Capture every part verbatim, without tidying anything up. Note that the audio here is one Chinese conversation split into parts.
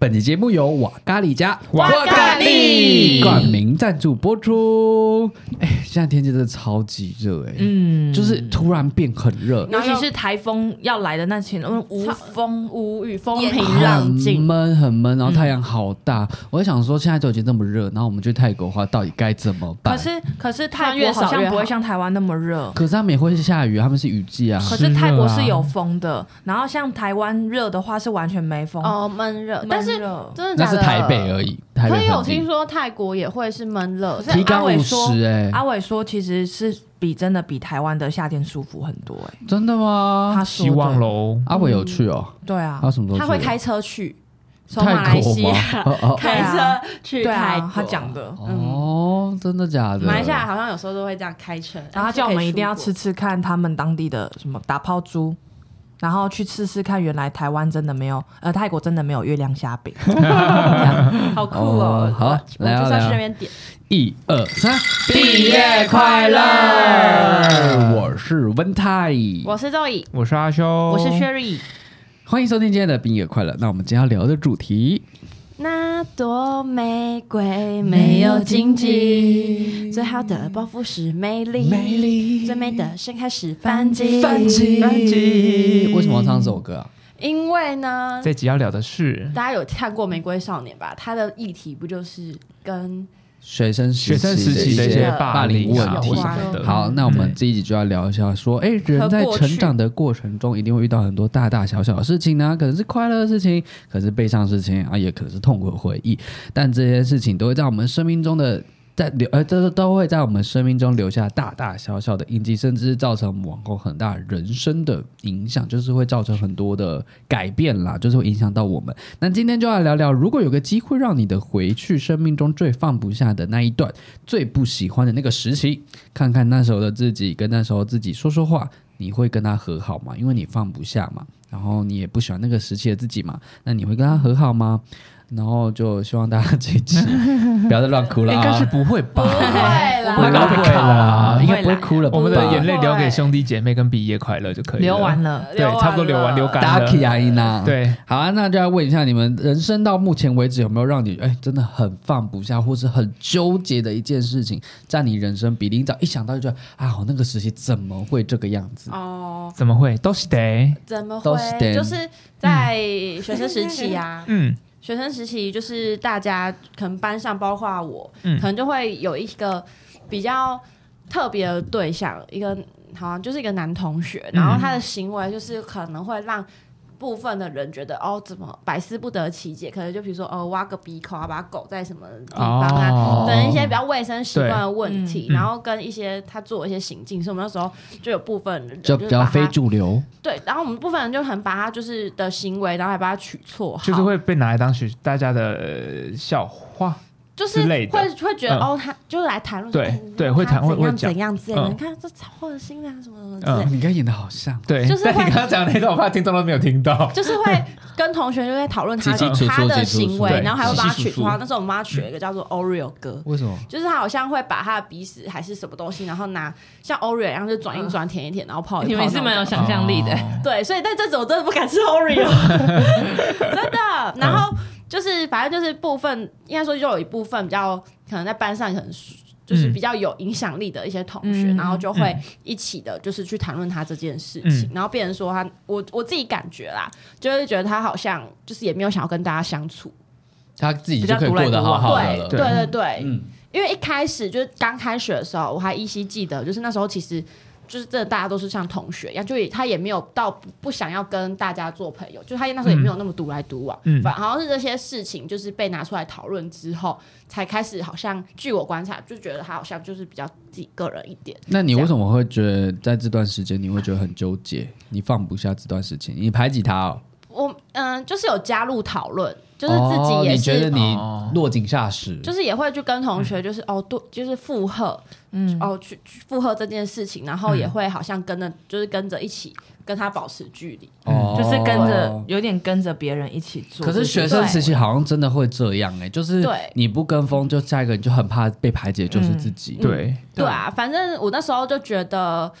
本期节目由瓦咖喱家瓦咖喱冠名赞助播出。哎，现在天气真的超级热哎、欸，嗯，就是突然变很热， 尤其是台风要来的那前，无风无雨，风平很浪静， 闷很闷，然后太阳好大。嗯、我在想说，现在都已经这么热，然后我们去泰国的话，到底该怎么办？ 可是可是泰国好像不会像台湾那么热， 可是他们也会下雨，他们是雨季啊。 可是泰国是有风的，然后像台湾热的话是完全没风哦，闷热，但是真的假的？ 那是台北而已。台北可以有听说泰国也会是闷热， 提高五十哎。 阿伟说其实是比真的比台湾的夏天舒服很多哎、欸。 真的吗？ 他说希望喽。 阿伟有去哦。 嗯、对啊。 他什么时候去？ 他会开车去。从马来西亚开车去泰国， 他讲的哦，真的假的？ 马来西亚好像有时候都会这样开车， 然后他叫我们一定要吃吃看他们当地的什么打抛猪，然后去试试看，原来台湾真的没有，呃，泰国真的没有月亮虾饼， 好酷哦！ 好， 我就是要去那边点。 一二三，毕业快乐！我是温泰， 我是周乙， 我是阿修， 我是 Sherry。 欢迎收听今天的毕业快乐。那我们今天要聊的主题， 那朵玫瑰没有荆棘，最好的报复是美丽， 美丽最美的盛开是反击， 反击，反击。为什么要唱这首歌啊？ 因为呢， 这集要聊的是， 大家有看过《玫瑰少年》吧？它的议题不就是跟学生学生时期的一些霸凌问题什么的。 好，那我们这一集就要聊一下说，哎、欸，人在成长的过程中一定会遇到很多大大小小的事情呢、啊，可能是快乐的事情，可能是悲伤的事情啊，也可能是痛苦的回忆，但这些事情都会在我们生命中的在留呃，这都会在我们生命中留下大大小小的印记，甚至造成往后很大人生的影响，就是会造成很多的改变啦，就是会影响到我们。那今天就要聊聊，如果有个机会让你的回去生命中最放不下的那一段，最不喜欢的那个时期，看看那时候的自己，跟那时候自己说说话，你会跟他和好吗？因为你放不下嘛，然后你也不喜欢那个时期的自己嘛，那你会跟他和好吗？然后就希望大家这一集不要再乱哭了、啊， 应该是不会吧？ 不会啦， 不会啦， 应该不会哭了吧。 我们的眼泪留给兄弟姐妹跟毕业快乐就可以了。 流完了， 对，差不多流完流干了。 打起来呢？ 对， 好啊，那就要问一下你们，人生到目前为止有没有让你哎真的很放不下，或是很纠结的一件事情，在你人生比例早一想到就觉得啊，我那个时期怎么会这个样子？ 哦， 怎么会？都是得， 怎么会？就是在学生时期啊，嗯。学生时期就是大家可能班上包括我、嗯、可能就会有一个比较特别的对象，一个好像就是一个男同学，然后他的行为就是可能会让部分的人觉得哦，怎么百思不得其解，可能就比如说哦，挖个鼻孔啊，把狗在什么地方啊，哦、等一些比较卫生习惯的问题，然后跟一些他做一些行径，所以我们那时候就有部分人就比较非主流， 对，然后我们部分人就很把他就是的行为，然后还把他取绰号， 就是会被拿来当学大家的、呃、笑话。 就是会会觉得、嗯、哦，他就是来谈论， 对、 欸、 对，会谈会怎样讲怎样之类的。 嗯、 你看这超恶心啊，什么什么之类的。 嗯，你刚演的好像， 对， 就是但你刚刚讲的那段话，听众都没有听到。 就是会跟同学就在讨论他的他的行为，然后还会把他取绰号。那时候我们帮他取了一个叫做 Oreo 哥， 为什么？ 就是他好像会把他的鼻屎还是什么东西，然后拿像 Oreo 一样就转一转、舔一舔，然后泡一泡。 你们是蛮有想象力的、 哦，对，所以在这次我真的不敢吃 Oreo， 真的。然后。就是反正就是部分，应该说就有一部分比较可能在班上可能就是比较有影响力的一些同学，嗯、然后就会一起的，就是去谈论他这件事情，嗯、然后变成说他，我我自己感觉啦，就会觉得他好像就是也没有想要跟大家相处， 他自己就可以过得好好的了。 对对对对，嗯、因为一开始就是刚开学的时候，我还依稀记得，就是那时候其实。就是真的，大家都是像同学一样，就也他也没有到 不, 不想要跟大家做朋友，就他那时候也没有那么独来独往，嗯，反正好像是这些事情就是被拿出来讨论之后，才开始好像据我观察，就觉得他好像就是比较自己个人一点。 那你为什么会觉得在这段时间你会觉得很纠结，你放不下这段事情，你排挤他哦？ 我嗯、呃，就是有加入讨论。就是自己也是、哦、 你觉得你落井下石， 就是也会去跟同学就是、嗯、哦对，就是附和，嗯哦去去附和这件事情，然后也会好像跟着、嗯、就是跟着一起跟他保持距离， 哦，就是跟着有点跟着别人一起做。 可是学生时期好像真的会这样哎、欸，就是你不跟风，就下一个你就很怕被排解，就是自己。 嗯、对对啊，反正我那时候就觉得。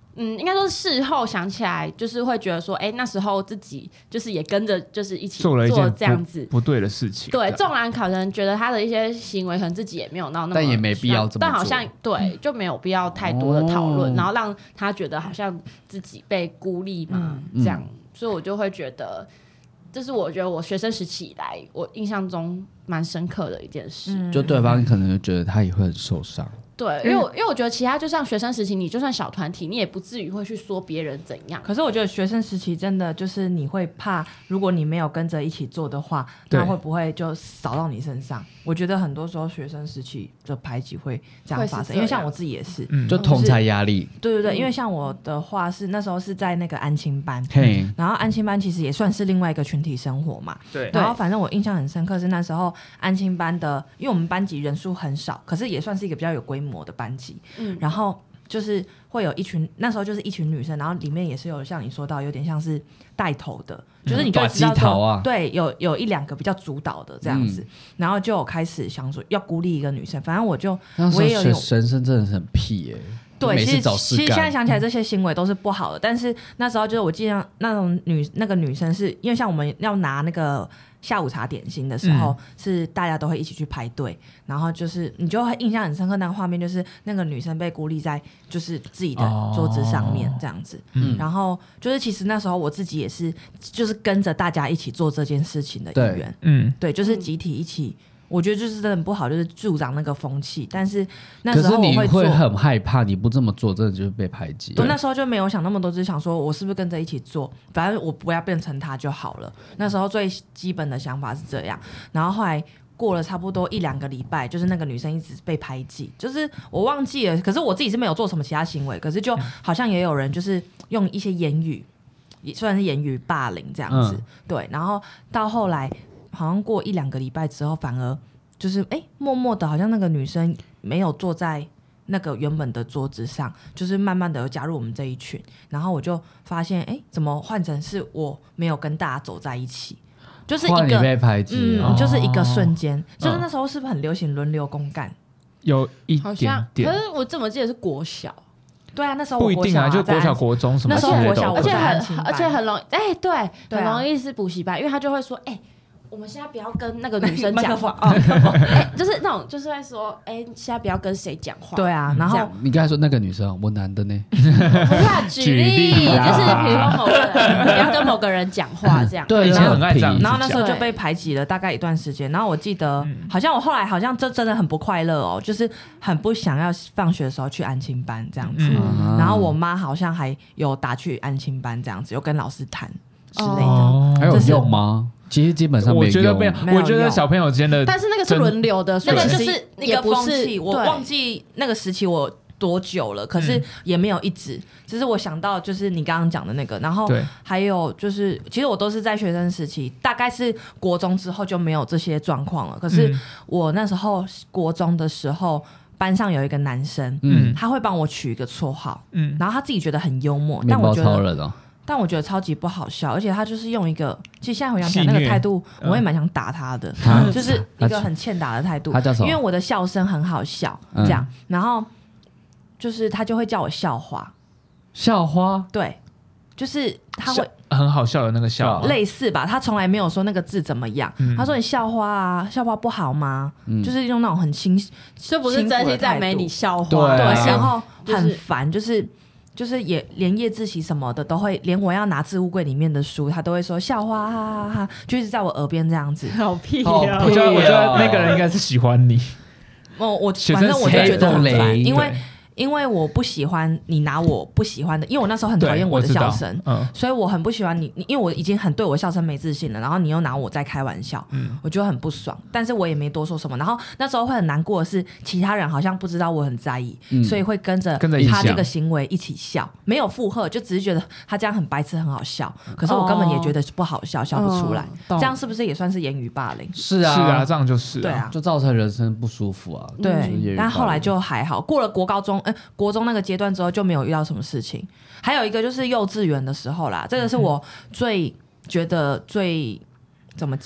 嗯，应该说是事后想起来，就是会觉得说，哎、欸，那时候自己就是也跟着，就是一起做了一件这样子不对的事情。 对，纵然可能觉得他的一些行为可能自己也没有闹那么， 但也没必要这么做， 但好像对就没有必要太多的讨论、哦，然后让他觉得好像自己被孤立嘛、嗯，这样，所以我就会觉得，这是我觉得我学生时期以来我印象中蛮深刻的一件事， 嗯、就对方可能就觉得他也会很受伤。 对，因为我因为我觉得其他就像学生时期，你就算小团体，你也不至于会去说别人怎样。 可是我觉得学生时期真的就是你会怕，如果你没有跟着一起做的话，那会不会就扫到你身上？我觉得很多时候学生时期的排挤会这样发生，因为像我自己也是， 嗯、就同侪压力、 就是。对对对，因为像我的话是那时候是在那个安亲班， 嗯、 然后安亲班其实也算是另外一个群体生活嘛。 对。 然后反正我印象很深刻是那时候安亲班的，因为我们班级人数很少，可是也算是一个比较有规模的班级。嗯，然后就是会有一群，那时候就是一群女生，然后里面也是有像你说到有点像是带头的，就是你就知道说、 啊、 对，有有一两个比较主导的这样子、嗯，然后就有开始想说要孤立一个女生，反正我就我也有学生真的是很屁耶、欸。 对，其实其实现在想起来这些行为都是不好的，但是那时候就是我记得那种女那个女生是因为像我们要拿那个下午茶点心的时候、嗯、是大家都会一起去排队，然后就是你就会印象很深刻那个画面，就是那个女生被孤立在就是自己的桌子上面这样子、哦嗯、然后就是其实那时候我自己也是就是跟着大家一起做这件事情的一员，嗯，对，就是集体一起，我觉得就是真的很不好，就是助长那个风气。但是那时候我会做， 可是你会很害怕，你不这么做，真的就是被排挤。 我那时候就没有想那么多，只是想说我是不是跟着一起做，反正我不要变成他就好了。那时候最基本的想法是这样。然后后来过了差不多一两个礼拜，就是那个女生一直被排挤，就是我忘记了，可是我自己是没有做什么其他行为，可是就好像也有人就是用一些言语，也虽然是言语霸凌这样子、嗯，对。然后到后来。好像过一两个礼拜之后，反而就是哎，默默的，好像那个女生没有坐在那个原本的桌子上，就是慢慢的加入我们这一群。然后我就发现，哎，怎么换成是我没有跟大家走在一起，就是一个被排挤， 嗯、哦，就是一个瞬间。就是那时候是不是很流行轮流公干？ 有一点点， 可是我怎么记得是国小。 对啊，那时候我不一定啊，就国小、国中什么之类的， 那时候国小， 而且很而且很容易，哎，对， 对啊、 很容易是补习班，因为他就会说，哎。我们现在不要跟那个女生讲话哦，欸，就是那种就是会说，哎，欸，现在不要跟谁讲话。 对啊，然后你刚才说那个女生，我男的呢？ 不是啊，举例，就是比如说某个人，不要跟某个人讲话这样。 对，以前很爱这样。 然后那时候就被排挤了大概一段时间。然后我记得，好像我后来好像就真的很不快乐哦，就是很不想要放学的时候去安亲班这样子。嗯，然后我妈好像还有打去安亲班这样子，有跟老师谈之类的。 哦，还有用吗？其实基本上没有， 我觉得没有，我觉得小朋友间的， 但是那个是轮流的， 那个就是一个风气。 我忘记那个时期我多久了，可是也没有一直。只是我想到就是你刚刚讲的那个，然后还有就是，其实我都是在学生时期，大概是国中之后就没有这些状况了。可是我那时候国中的时候，班上有一个男生，嗯，他会帮我取一个绰号，嗯，然后他自己觉得很幽默，但我觉得。但我觉得超级不好笑，而且他就是用一个，其实现在回想起来那个态度，我也蛮想打他的，嗯、就是一个很欠打的态度。 他叫什么？ 因为我的笑声很好笑，这样，嗯、然后就是他就会叫我校花， 校花， 对，就是他会很好笑的那个笑， 类似吧。他从来没有说那个字怎么样，嗯、他说你校花啊，校花不好吗？嗯、就是用那种很轻， 这不是真心赞美你校花， 对，然后很烦，就是。就是也连夜自习什么的都会，连我要拿置物柜里面的书，他都会说校花哈哈哈，就一直在我耳边这样子。 好屁啊！ 我觉得我觉得那个人应该是喜欢你。 哦，我反正我就觉得很烦，因为。因为我不喜欢你拿我不喜欢的，因为我那时候很讨厌我的笑声，嗯，所以我很不喜欢你，因为我已经很对我笑声没自信了，然后你又拿我在开玩笑，嗯，我觉得很不爽，但是我也没多说什么。然后那时候会很难过的是，其他人好像不知道我很在意，嗯、所以会跟着他这个行为一起笑，没有附和，就只是觉得他这样很白痴很好笑，可是我根本也觉得不好笑，哦、笑不出来，哦、这样是不是也算是言语霸凌？ 是啊， 是啊，这样就是、啊， 对啊， 就造成人生不舒服啊。 对，但后来就还好，过了国高中，呃，国中那个阶段之后就没有遇到什么事情。还有一个就是幼稚园的时候啦，这个是我最觉得最怎么讲，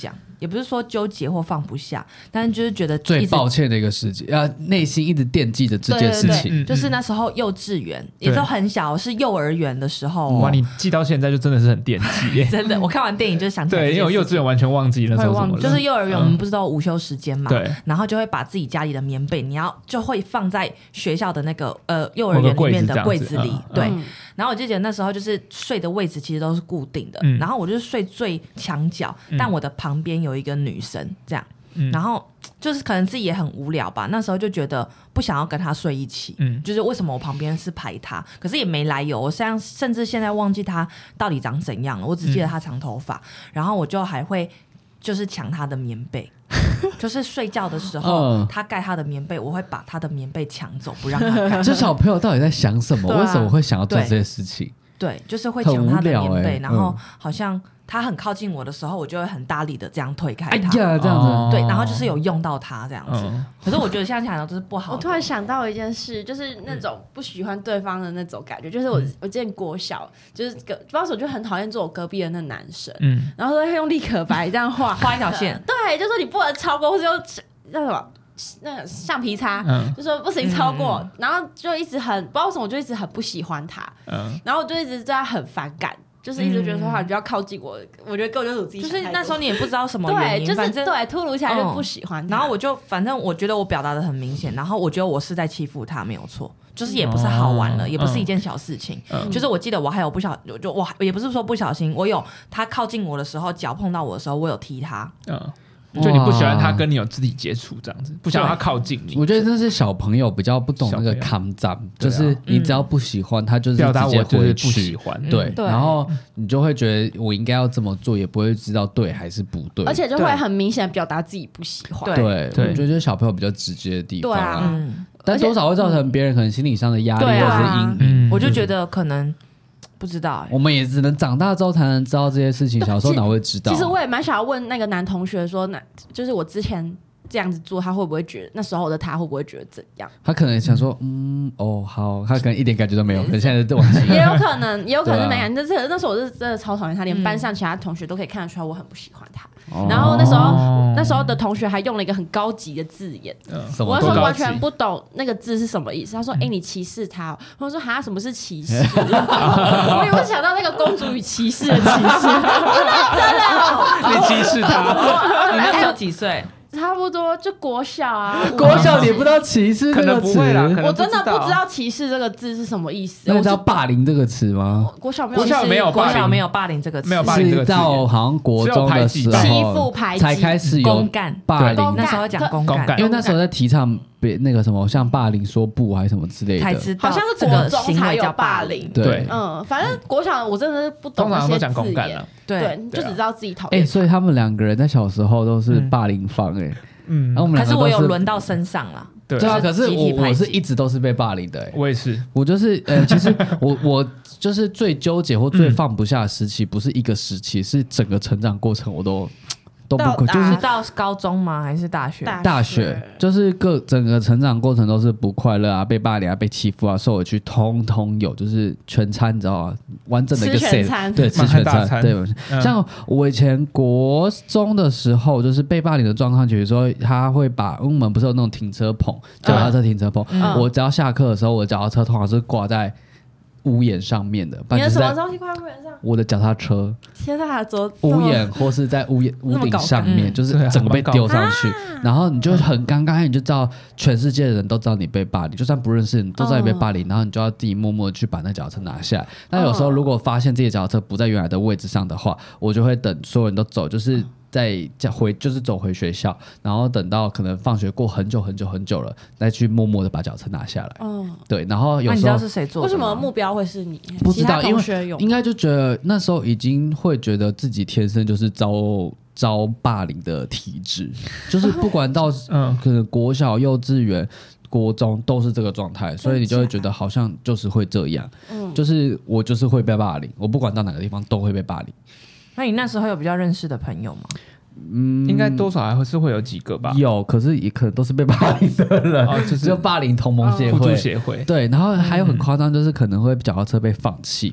也不是说纠结或放不下，但是就是觉得最抱歉的一个事情，呃，内心一直惦记着这件事情。 对对对，就是那时候幼稚园也都很小，是幼儿园的时候、哦。 哇，你记到现在就真的是很惦记耶。 真的，我看完电影就想起来。 对，因为我幼稚园完全忘记那时候什么了。 就是幼儿园我们不是都有午休时间嘛、 嗯， 然后就会把自己家里的棉被，你要就会放在学校的那个呃幼儿园里面的柜子里，嗯、对。嗯、然后我就觉得那时候就是睡的位置其实都是固定的，嗯、然后我就睡最墙角，嗯、但我的旁边有一个女生这样，嗯、然后就是可能自己也很无聊吧，那时候就觉得不想要跟她睡一起，嗯、就是为什么我旁边是排她，可是也没来由，我现在甚至现在忘记她到底长怎样了，我只记得她长头发，嗯、然后我就还会就是抢她的棉被。就是睡觉的时候、嗯、他盖他的棉被，我会把他的棉被抢走，不让他盖。 这小朋友到底在想什么？啊、为什么会想要做这些事情？ 对，就是会抢他的棉被，欸、然后好像他很靠近我的时候，我就会很大力的这样推开他。 哎呀，这样子， 对，然后就是有用到他这样子。嗯、可是我觉得现在想想都是不好的。 我突然想到一件事，就是那种不喜欢对方的那种感觉，就是我、嗯、我之前国小，就是隔不知道我就很讨厌坐我隔壁的那男生，嗯，然后都会用立可白这样画画一条线， 对，就说你不能超过，或者用那什么。那个橡皮擦，嗯、就说不行超过，嗯、然后就一直很不知道为什么，我就一直很不喜欢他，嗯、然后我就一直对他很反感，就是一直觉得说他比较靠近我，嗯、我觉得根本就是我自己想太多， 就是那时候你也不知道什么原因， 对，就是反正对突如其来就不喜欢他， 嗯，然后我就反正我觉得我表达的很明显，然后我觉得我是在欺负他没有错，就是也不是好玩了，哦、也不是一件小事情，嗯、就是我记得我还有不小，就我也不是说不小心，我有他靠近我的时候，脚碰到我的时候，我有踢他，嗯。 就你不喜欢他跟你有肢体接触这样子，不想让他靠近你。 我觉得这是小朋友比较不懂那个抗战，就是你只要不喜欢他，就是直接回去。 不喜欢， 对，然后你就会觉得我应该要这么做，也不会知道对还是不对， 而且就会很明显表达自己不喜欢。 对，我觉得就是小朋友比较直接的地方啊，但多少会造成别人可能心理上的压力或者是阴影。 我就觉得可能。不知道、欸， 我们也只能长大之后才能知道这些事情，小时候哪会知道、啊？ 其实我也蛮想要问那个男同学说，那就是我之前这样子做，他会不会觉得那时候的他会不会觉得怎样？ 他可能想说，嗯，嗯哦，好，他可能一点感觉都没有，可能现在都忘记了。 也有可能，也有可能是那样。但是那时候我是真的超讨厌他，连班上其他同学都可以看得出来我很不喜欢他。嗯、然后那时候、哦、那时候的同学还用了一个很高级的字眼，嗯、我那时候完全不懂那个字是什么意思。他说：“哎、嗯欸，你歧视他、哦。”我说：“哈，什么是歧视？”我也会想到那个公主与骑士的歧视，真的、哦， 你歧视他？ 你那时候几岁？ 差不多就国小啊， 国小你不知道歧视这个词， 我真的不知道歧视这个字是什么意思。 那你知道霸凌这个词吗？ 国小没有，国小没有， 国小没有霸凌这个词， 没有霸凌这个词。 到好像国中的时候， 欺负排挤才开始有公干霸凌。 那时候讲公干， 因为那时候在提倡别那个什么像霸凌说不还是什么之类的， 好像是国中才有霸凌。 对， 嗯，反正国小我真的是不懂那些字眼，对，就只知道自己讨厌。 哎，所以他们两个人在小时候都是霸凌方哎。 嗯， 可是我有轮到身上啦。 对啊，可是我我是一直都是被霸凌的、欸， 我也是， 我就是呃，其实我我就是最纠结或最放不下的时期，不是一个时期，是整个成长过程我都都不快，就是到高中吗？还是大学？ 大学就是各整个成长过程都是不快乐啊，被霸凌啊，被欺负啊，受委屈，通通有，就是全餐，你知道吗？完整的一个 set， 对，吃全餐，对。嗯、像我以前国中的时候，就是被霸凌的状况，比如说他会把我们不是有那种停车棚，脚踏车停车棚，嗯、我只要下课的时候，我脚踏车通常是挂在屋檐上面的。 你的什么东西挂在屋檐上？ 我的脚踏车。 天哪，怎么屋檐或是在屋檐屋顶上面，就是整个被丢上去，嗯、然后你就很尴尬，你就知道全世界的人都知道你被霸凌，就算不认识你都知道你被霸凌，嗯、然后你就要自己默默的去把那脚踏车拿下来。那有时候如果发现自己的脚踏车不在原来的位置上的话，我就会等所有人都走，就是再回就是走回学校，然后等到可能放学过很久很久很久了，再去默默的把脚踏车拿下来。嗯，对，然后有时候那你知道是谁做的？ 为什么目标会是你？ 不知道，因为应该就觉得那时候已经会觉得自己天生就是遭遭霸凌的体质，就是不管到嗯可能国小、幼稚园、国中都是这个状态，所以你就会觉得好像就是会这样，嗯，就是我就是会被霸凌，我不管到哪个地方都会被霸凌。 那你那时候有比较认识的朋友吗？ 嗯，应该多少还是会有几个吧。 有，可是也可能都是被霸凌的人，哦，就是就霸凌同盟协会、 互助协会。 对，然后还有很夸张，就是可能会脚踏车被放弃。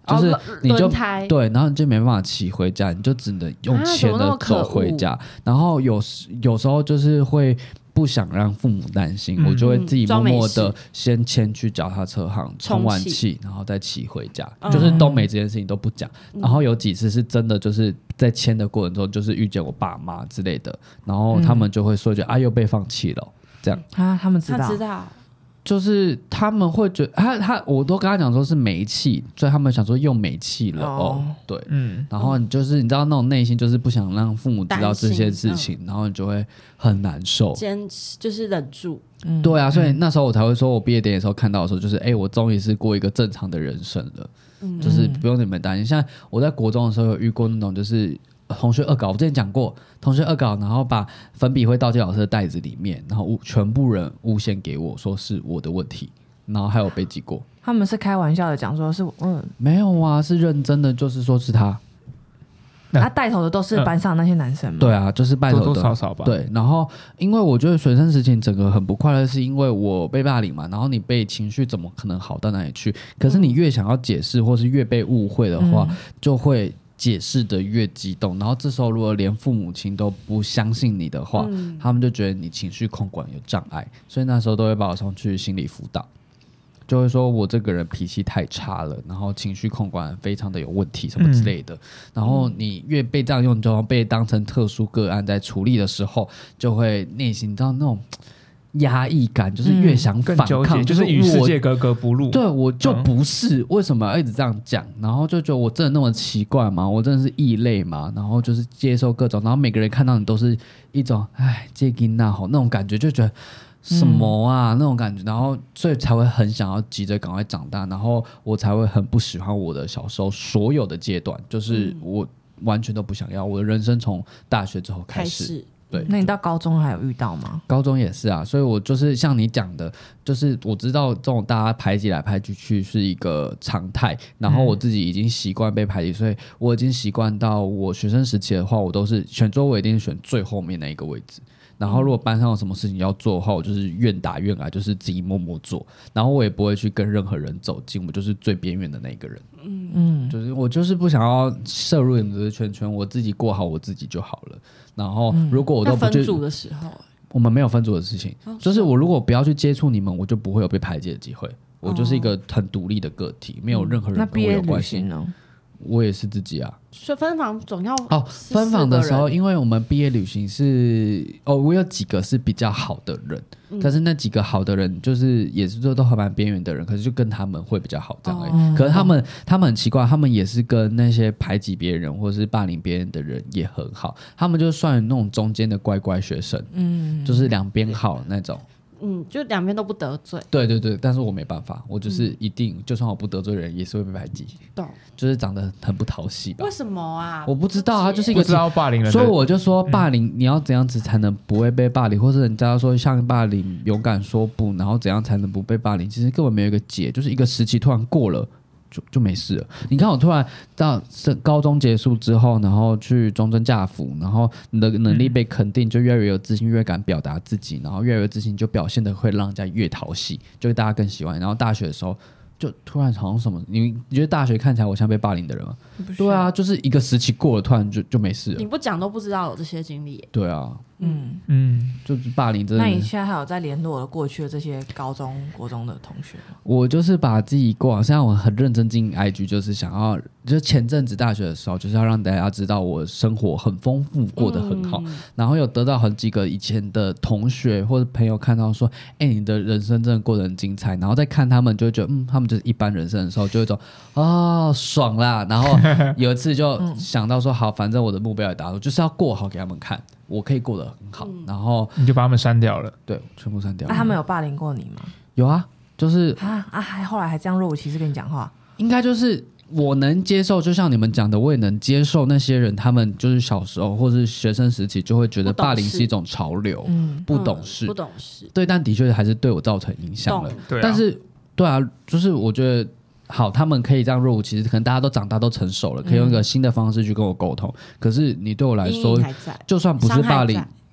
就是你就、 哦、 对，然后你就没办法骑回家，你就只能用牵的走回家。啊、然后有有时候就是会不想让父母担心，嗯、我就会自己默默的先牵去脚踏车行充完气，然后再骑回家，嗯、就是都没这件事情都不讲。嗯、然后有几次是真的就是在牵的过程中，就是遇见我爸妈之类的，然后他们就会说就、嗯、啊又被放弃了这样啊，他们知道， 他知道。 就是他们会觉得他他我都跟他讲说是煤气，所以他们想说用煤气了 哦, 哦，对，嗯，然后你就是你知道那种内心就是不想让父母知道这些事情，嗯、然后你就会很难受， 坚持就是忍住， 嗯、对啊，所以那时候我才会说我毕业典礼的时候看到的时候，就是哎、欸，我终于是过一个正常的人生了，嗯、就是不用你们担心。像我在国中的时候有遇过那种就是同学恶搞，我之前讲过，同学恶搞，然后把粉笔会倒进老师的袋子里面，然后全部人诬陷给我说是我的问题，然后还有被记过。 他们是开玩笑的讲说是嗯， 没有啊，是认真的，就是说是他。 他带头的都是班上那些男生吗？ 对啊，就是带头的， 多多少少吧。 对，然后因为我觉得学生时期整个很不快乐，是因为我被霸凌嘛，然后你被情绪怎么可能好到哪里去？可是你越想要解释，或是越被误会的话，嗯、就会解释的越激动，然后这时候如果连父母亲都不相信你的话，嗯、他们就觉得你情绪控管有障碍，所以那时候都会把我送去心理辅导。就会说我这个人脾气太差了，然后情绪控管非常的有问题什么之类的，嗯、然后你越被这样用，就被当成特殊个案在处理的时候，就会内心到那种压抑感，就是越想反抗， 嗯、就是与世界格格不入。 对，我就不是、嗯、为什么要一直这样讲，然后就觉得我真的那么奇怪吗？我真的是异类吗？然后就是接受各种，然后每个人看到你都是一种哎这囡仔吼那种感觉，就觉得。什么啊、嗯、那种感觉，然后所以才会很想要急着赶快长大，然后我才会很不喜欢我的小时候所有的阶段，就是我完全都不想要。我的人生从大学之后开始，开始对。 那你到高中还有遇到吗？ 高中也是啊，所以我就是像你讲的，就是我知道这种大家排挤来排挤去是一个常态，然后我自己已经习惯被排挤，所以我已经习惯到我学生时期的话，我都是选座位一定选最后面那一个位置。然后如果班上有什么事情要做的话，我就是愿打愿挨，就是自己默默做，然后我也不会去跟任何人走近，我就是最边缘的那个人。嗯嗯，就是我就是不想要涉入你们的圈圈，我自己过好我自己就好了。然后如果我都不去、 嗯、分组的时候， 我们没有分组的事情，哦、就是我如果不要去接触你们，我就不会有被排挤的机会。我就是一个很独立的个体，没有任何人跟我有关系。 嗯、那毕业旅行呢？ 我也是自己啊， 所以分房总要哦。分房的时候，因为我们毕业旅行是哦，我有几个是比较好的人，嗯、但是那几个好的人就是也是都还蛮边缘的人，可是就跟他们会比较好这样而已。哦、可是他们、哦、他们很奇怪，他们也是跟那些排挤别人或是霸凌别人的人也很好，他们就算那种中间的乖乖学生，嗯，就是两边好那种。 嗯，就两边都不得罪。 对对对，但是我没办法，我就是一定，嗯、就算我不得罪人，也是会被排挤。懂，就是长得很不讨喜吧？ 为什么啊？ 我不知道，他就是一个不知道霸凌人， 所以我就说霸凌，嗯、你要怎样子才能不会被霸凌，或是人家说像霸凌勇敢说不，然后怎样才能不被霸凌？其实根本没有一个解，就是一个时期突然过了。就, 就没事了。你看我突然到高中结束之后，然后去中正驾辅，然后你的能力被肯定，就越来越有自信，越敢表达自己，然后越来越自信，就表现的会让人家越讨喜，就会大家更喜欢。然后大学的时候，就突然好像什么，你你觉得大学看起来我像被霸凌的人吗？对啊，就是一个时期过了，突然就就没事了。 你不讲都不知道有这些经历。 对啊， 嗯嗯，就是霸凌真的。 那你现在还有在联络过去的这些高中、国中的同学吗？ 我就是把自己过好，现在我很认真经营 I G， 就是想要，就是前阵子大学的时候，就是要让大家知道我生活很丰富，过得很好，嗯、然后有得到很几个以前的同学或者朋友看到说，哎、欸，你的人生真的过得很精彩，然后再看他们就会觉得，嗯，他们就是一般人生的时候，就有一种哦爽啦，然后有一次就想到说，好，反正我的目标也达到，就是要过好给他们看。我可以过得很好，嗯、然后你就把他们删掉了， 对，全部删掉了。 那、啊、他们有霸凌过你吗？ 有啊，就是啊啊，还后来还这样若无其事跟你讲话， 应该就是我能接受，就像你们讲的，我也能接受那些人，他们就是小时候或是学生时期就会觉得霸凌是一种潮流，嗯，不懂事，嗯、 不懂事， 对，但的确还是对我造成影响了。 对、啊， 但是对啊，就是我觉得。好，他们可以这样若无其事，可能大家都长大都成熟了，可以用一个新的方式去跟我沟通。嗯、可是你对我来说，就算不是霸凌，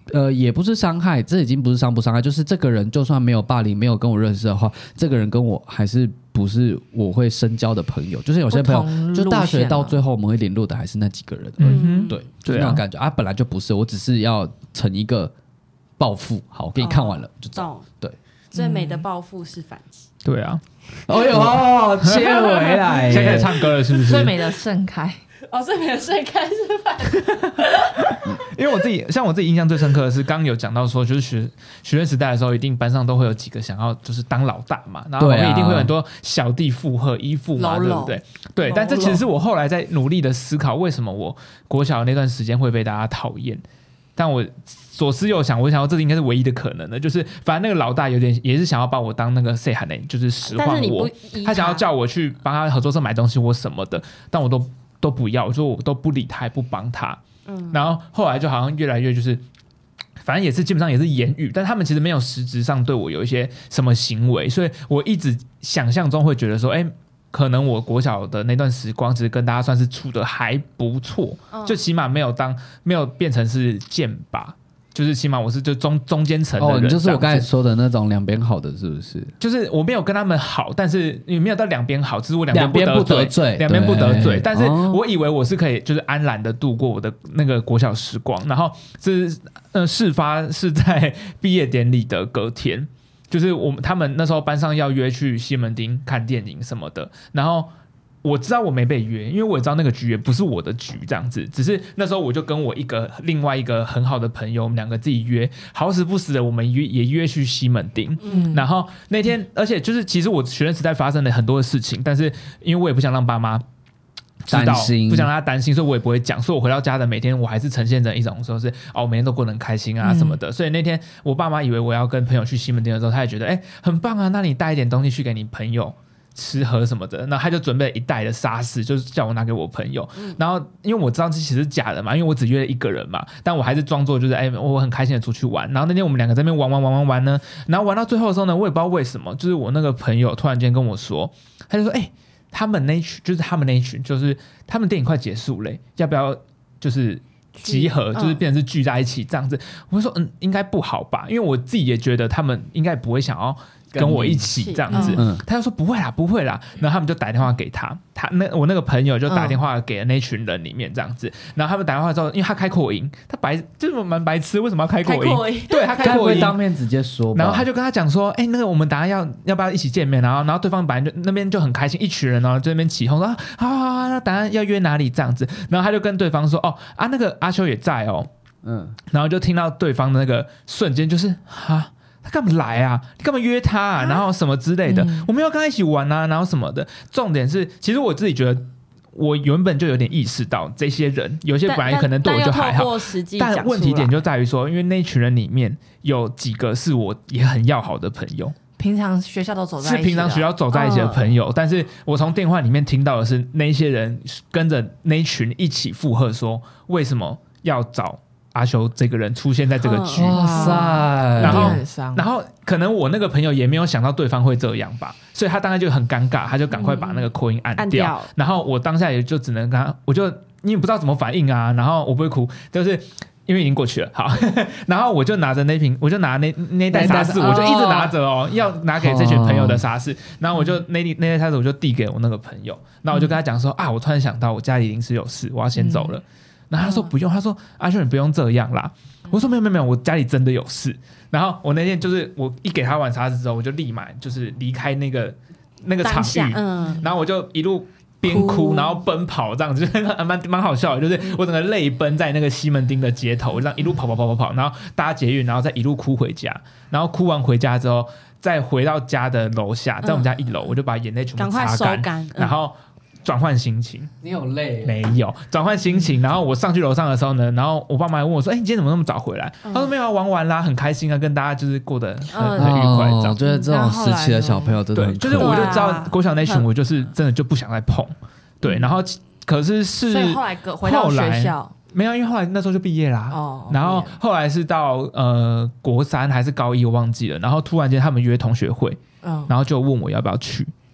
呃，也不是伤害，这已经不是伤不伤害，就是这个人就算没有霸凌，没有跟我认识的话，这个人跟我还是不是我会深交的朋友。就是有些朋友，就大学到最后我们会联络的还是那几个人而已。嗯、对，就是那种感觉 啊, 啊，本来就不是，我只是要成一个报复。好，我给你看完了、哦、就走。对， 最美的报复是反击。 对啊。 哦呦哦，切回来， 现在开始唱歌了是不是？ 最美的盛开。 哦，最美的盛开是反击。 因为我自己像我自己印象最深刻的是，刚刚有讲到说，就是学学生时代的时候，一定班上都会有几个想要就是当老大嘛，然后我们一定会有很多小弟附和依附嘛，对不对？对，但这其实是我后来在努力的思考，为什么我国小那段时間會被大家討厭。但我左思右想，我想到這應該是唯一的可能的，就是反正那個老大有點也是想要把我當那個細漢的，就是使喚我，他想要叫我去幫他合作社買東西或什麼的，但我都都不要，我說我都不理他，也不幫他。嗯，然後後來就好像越來越就是反正也是基本上也是言語，但他們其實沒有實質上對我有一些什麼行為，所以我一直想象中會覺得說，哎，可能我國小的那段時光其實跟大家算是處得還不錯，嗯，就起碼沒有當沒有變成是劍拔，就是起碼我是就中中間層的人。哦，你就是我剛才說的那種兩邊好的是不是？ 就是我沒有跟他們好，但是也沒有到兩邊好，只是我兩邊不得罪，兩邊不得罪， 得罪但是我以為我是可以就是安然的度過我的那個國小時光，然後是呃事發是在畢業典禮的隔天。就是我們他們那時候班上要約去西門町看電影什麼的，然後我知道我沒被約，因為我知道那個局也不是我的局這樣子，只是那時候我就跟我一個另外一個很好的朋友，我們兩個自己約，好死不死的我們約也約去西門町，嗯，然後那天而且就是其實我學生時代發生了很多的事情，但是因為我也不想讓爸媽知道，不想讓他擔心，所以我也不會講，所以我回到家的每天我還是呈現着一種說是哦，每天都過得很開心啊什麼的，嗯，所以那天我爸媽以為我要跟朋友去西門町的時候，他也覺得哎很棒啊，那你帶一點東西去給你朋友吃喝什麼的，那他就準備一袋的沙士，就是叫我拿給我朋友，嗯，然後因為我知道這其實是假的嘛，因為我只約了一個人嘛，但我還是裝作就是哎我很開心的出去玩，然後那天我們兩個在那邊玩玩玩玩玩呢，然後玩到最後的時候呢，我也不知道為什麼，就是我那個朋友突然間跟我說，他就說哎他們那一群就是他們那一群就是他們電影快結束了，要不要就是集合，就是變成是聚在一起這樣子，嗯，我就說嗯應該不好吧，因為我自己也覺得他們應該不會想要跟我一起這樣子，嗯，他就說不會啦不會啦，然後他們就打電話給他，他那我那個朋友就打電話給了那群人裡面這樣子，然後他們打電話之後，因為他開擴音，他白就是蠻白痴，為什麼要開擴音？擴音對，他開擴音， 當面直接說， 然後他就跟他講說，哎，那個我們等下要要不要一起見面？然後然後對方本來就那邊就很開心，一群人然後就那邊起哄說，好好好，那等下要約哪裡這樣子，然後他就跟對方說，哦啊那個阿修也在哦，嗯，然後就聽到對方的那個瞬間就是哈。他幹嘛來啊？你幹嘛約他啊？然後什麼之類的，嗯，我們要跟他一起玩啊，然後什麼的。重點是，其實我自己覺得，我原本就有點意識到這些人，有些本來可能對我就還好，但, 但問題點就在於說，因為那群人裡面有幾個是我也很要好的朋友， 平常學校都走在一起， 是平常學校走在一起的朋友，哦，但是我從電話裡面聽到的是那些人跟着那群一起附和說，為什麼要找阿修這個人出現在這個局， 哇塞， 然後然後可能我那個朋友也沒有想到對方會這樣吧，所以他當然就很尷尬，他就趕快把那個擴音按掉，嗯，按掉，然後我當下也就只能跟他，我就因為不知道怎麼反應啊，然後我不會哭，就是因為已經過去了，好，然後我就拿着那瓶，我就拿那那袋沙士，我就一直拿着哦，要拿給這群朋友的沙士，然後我就那那袋沙士我就遞給我那個朋友，然後我就跟他講說，嗯，啊，我突然想到我家裡臨時有事，我要先走了。嗯，然後他說不用，他說阿修你不用這樣啦。我說沒有沒有沒有，我家裡真的有事。然後我那天就是我一給他完沙子之後，我就立馬就是離開那個那個場域，嗯，然後我就一路邊哭然後奔跑這樣子，就是蠻蠻好笑的，就是我整個淚奔在那個西門町的街頭，這樣一路跑跑跑跑跑，然後搭捷運，然後再一路哭回家，然後哭完回家之後，再回到家的樓下，在我們家一樓，我就把眼淚全部擦乾，乾然後。轉換心情， 你有累？ 沒有轉換心情，然後我上去樓上的時候呢，然後我爸媽還問我說：“哎、欸，你今天怎麼那麼早回來？”嗯、他說：“沒有啊，玩完啦，很開心啊，跟大家就是過得很、嗯、很愉快。哦”我覺得這種時期的小朋友真的很對，就是我就知道國小那群，我就是真的就不想再碰。對，然後可是是所以後來回到學校沒有，因為後來那時候就畢業啦。哦，然後後來是到呃國三還是高一，我忘記了。然後突然間他們約同學會，嗯，然後就問我要不要去。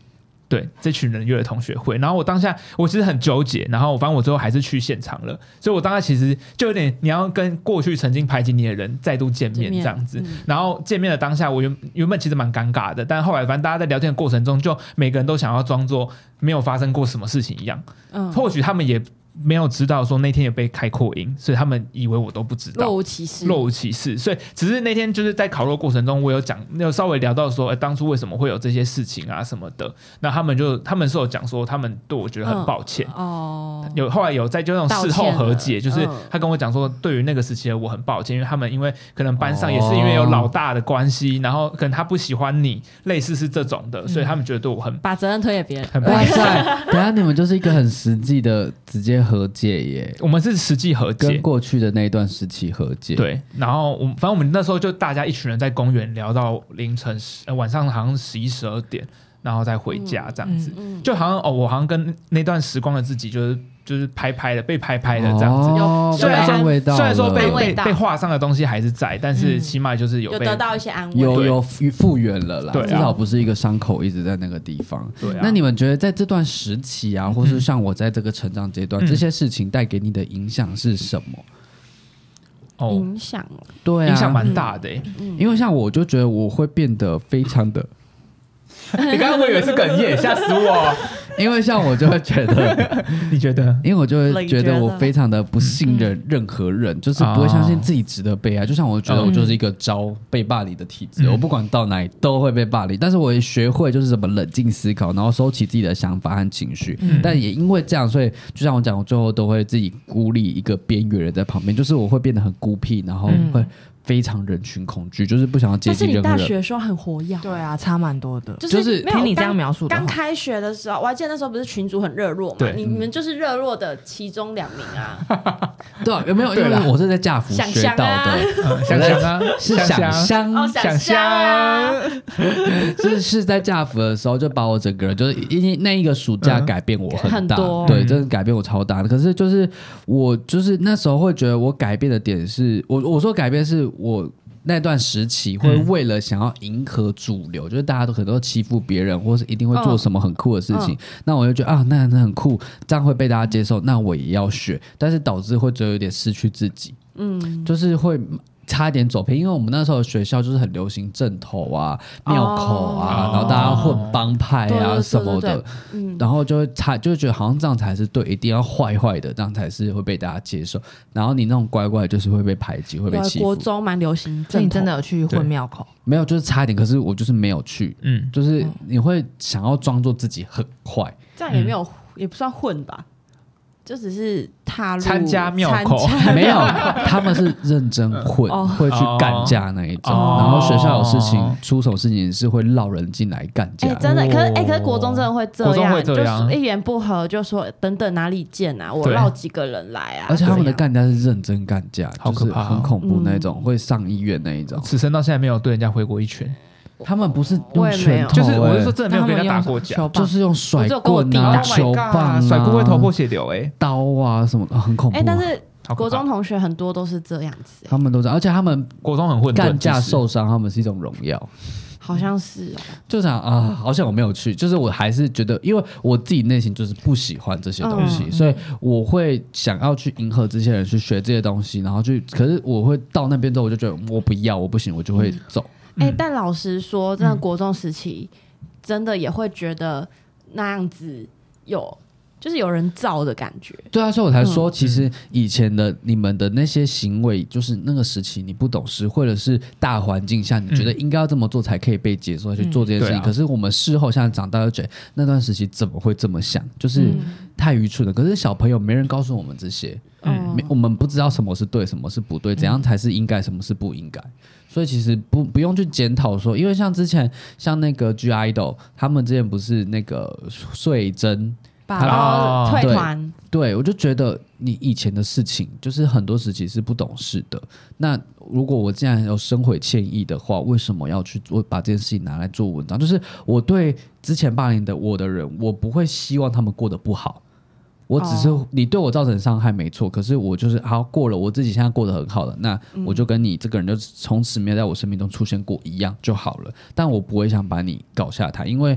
对，这群人约了同学会，然后我当下我其实很纠结，然后我反正我最后还是去现场了，所以我当下其实就有点你要跟过去曾经排挤你的人再度见面这样子，嗯、然后见面的当下我原原本其实蛮尴尬的，但后来反正大家在聊天的过程中，就每个人都想要装作没有发生过什么事情一样，嗯、或许他们也没有知道说那天有被开扩音，所以他们以为我都不知道， 若无其事， 若无其事。所以只是那天就是在烤肉过程中，我有讲，有稍微聊到说，欸、当初为什么会有这些事情啊什么的。那他们就他们是有讲说，他们对我觉得很抱歉。嗯、哦，有后来有在就那种事后和解，就是他跟我讲说，对于那个时期的我很抱歉，因为他们因为可能班上也是因为有老大的关系，哦、然后可能他不喜欢你，类似是这种的，嗯、所以他们觉得对我很把责任推给别人。 很抱歉。 等一下你们就是一个很实际的直接和解耶。 我们是实际和解， 跟过去的那一段时期和解。 对，然后我反正我们那时候就大家一群人在公园聊到凌晨呃晚上好像十一十二点，然后再回家这样子，嗯嗯、就好像哦，我好像跟那段时光的自己就是就是拍拍的被拍拍的这样子。 哦、 虽然说虽然说被被被画上的东西还是在，但是起码就是有被、 嗯、有得到一些安慰， 有有复原了啦， 对、啊， 至少不是一个伤口一直在那个地方。 对、啊， 那你们觉得在这段时期啊，或是像我在这个成长阶段，嗯、这些事情带给你的影响是什么？ 哦，影响， 对啊， 影响蛮大的、欸嗯。因为像我就觉得我会变得非常的。 你刚刚我以为是哽咽，吓死我！ 因为像我就会觉得， 你觉得？ 因为我就会觉得我非常的不信任任何人，嗯、就是不会相信自己值得被爱。哦、就像我觉得我就是一个招被霸凌的体质，嗯、我不管到哪里都会被霸凌。但是我也学会就是怎么冷静思考，然后收起自己的想法和情绪。嗯、但也因为这样，所以就像我讲，我最后都会自己孤立一个边缘人在旁边，就是我会变得很孤僻，然后会。嗯非常人群恐惧，就是不想要接近任何人。 但是你大学的时候很活跃， 对啊，差蛮多的。 就是、就是、 听你这样描述的， 刚开学的时候，我还记得那时候不是群组很热络嘛，你们就是热络的其中两名啊。 对啊，有没有？因为我是在驾辅学到的， 想象啊， 是想象， 哦，想象， 是是在驾辅的时候就把我整个人，就是因为那一个暑假改变我很大， 嗯、 对，真的改变我超大的。可是就是我就是那时候会觉得我改变的点是我我说改变是我。那段时期会为了想要迎合主流，嗯、就是大家都可能都欺负别人，或是一定会做什么很酷的事情，嗯、那我就觉得啊，那那很酷，这样会被大家接受，那我也要学，但是导致会最后有点失去自己，嗯，就是会。差一点走偏，因为我们那时候学校就是很流行正头啊、庙口啊，哦、然后大家混帮派啊什么的，对对对嗯、然后就会差，就会觉得好像这样才是对，一定要坏坏的，这样才是会被大家接受。然后你那种乖乖就是会被排挤，会被欺负。 国中蛮流行正头， 所以你真的有去混庙口？ 没有，就是差一点，可是我就是没有去。嗯，就是你会想要装作自己很坏， 这样也没有，嗯、也不算混吧。就只是踏入参加庙口， 没有，他们是认真混，哦、会去干架那一种。哦、然后学校有事情，哦、出什么事情是会绕人进来干架。 哎、欸，真的，可是哎、欸，可是国中真的会这样， 国中会这样， 就是一言不合就说等等哪里见啊，我绕几个人来啊。 而且他们的干架是认真干架，好可怕，就是很恐怖那种，嗯、会上医院那一种。 此生到现在没有对人家回过一拳。 他们不是用拳头、欸， 就是我是说真的没有跟人家打过架， 就是用甩棍啊、球棒啊， 甩棍会头破血流哎、欸， 刀啊什么的，很恐怖、啊。 哎、欸，但是国中同学很多都是这样子、欸， 他们都这样，而且他们国中很混沌， 干架受伤，他们是一种荣耀。 好像是哦， 就想啊，好像我没有去，就是我还是觉得，因为我自己内心就是不喜欢这些东西，嗯、所以我会想要去迎合这些人去学这些东西，然后去，可是我会到那边之后，我就觉得我不要，我不行，我就会走。嗯哎、欸，但老实说，真的国中时期，嗯、真的也会觉得那样子有，就是有人造的感觉。 对啊，所以我才说，嗯、其实以前的你们的那些行为，就是那个时期你不懂事，或者是大环境下你觉得应该要这么做才可以被接受，嗯、去做这件事情。嗯啊、可是我们事后现在长大就觉得那段时期怎么会这么想，就是太愚蠢了。可是小朋友没人告诉我们这些，嗯，我们不知道什么是对，什么是不对，怎样才是应该，什么是不应该。所以其实不不用去检讨说，因为像之前像那个 G IDOL 他们之前不是那个穗珍他退团， 对，我就觉得你以前的事情就是很多时期是不懂事的。那如果我既然有深悔歉意的话，为什么要去做把这件事情拿来做文章？就是我对之前霸凌的我的人，我不会希望他们过得不好。我只是、哦、你对我造成伤害没错，可是我就是好过了，我自己现在过得很好了，那我就跟你这个人就从此没有在我生命中出现过一样就好了。但我不会想把你搞下台，因为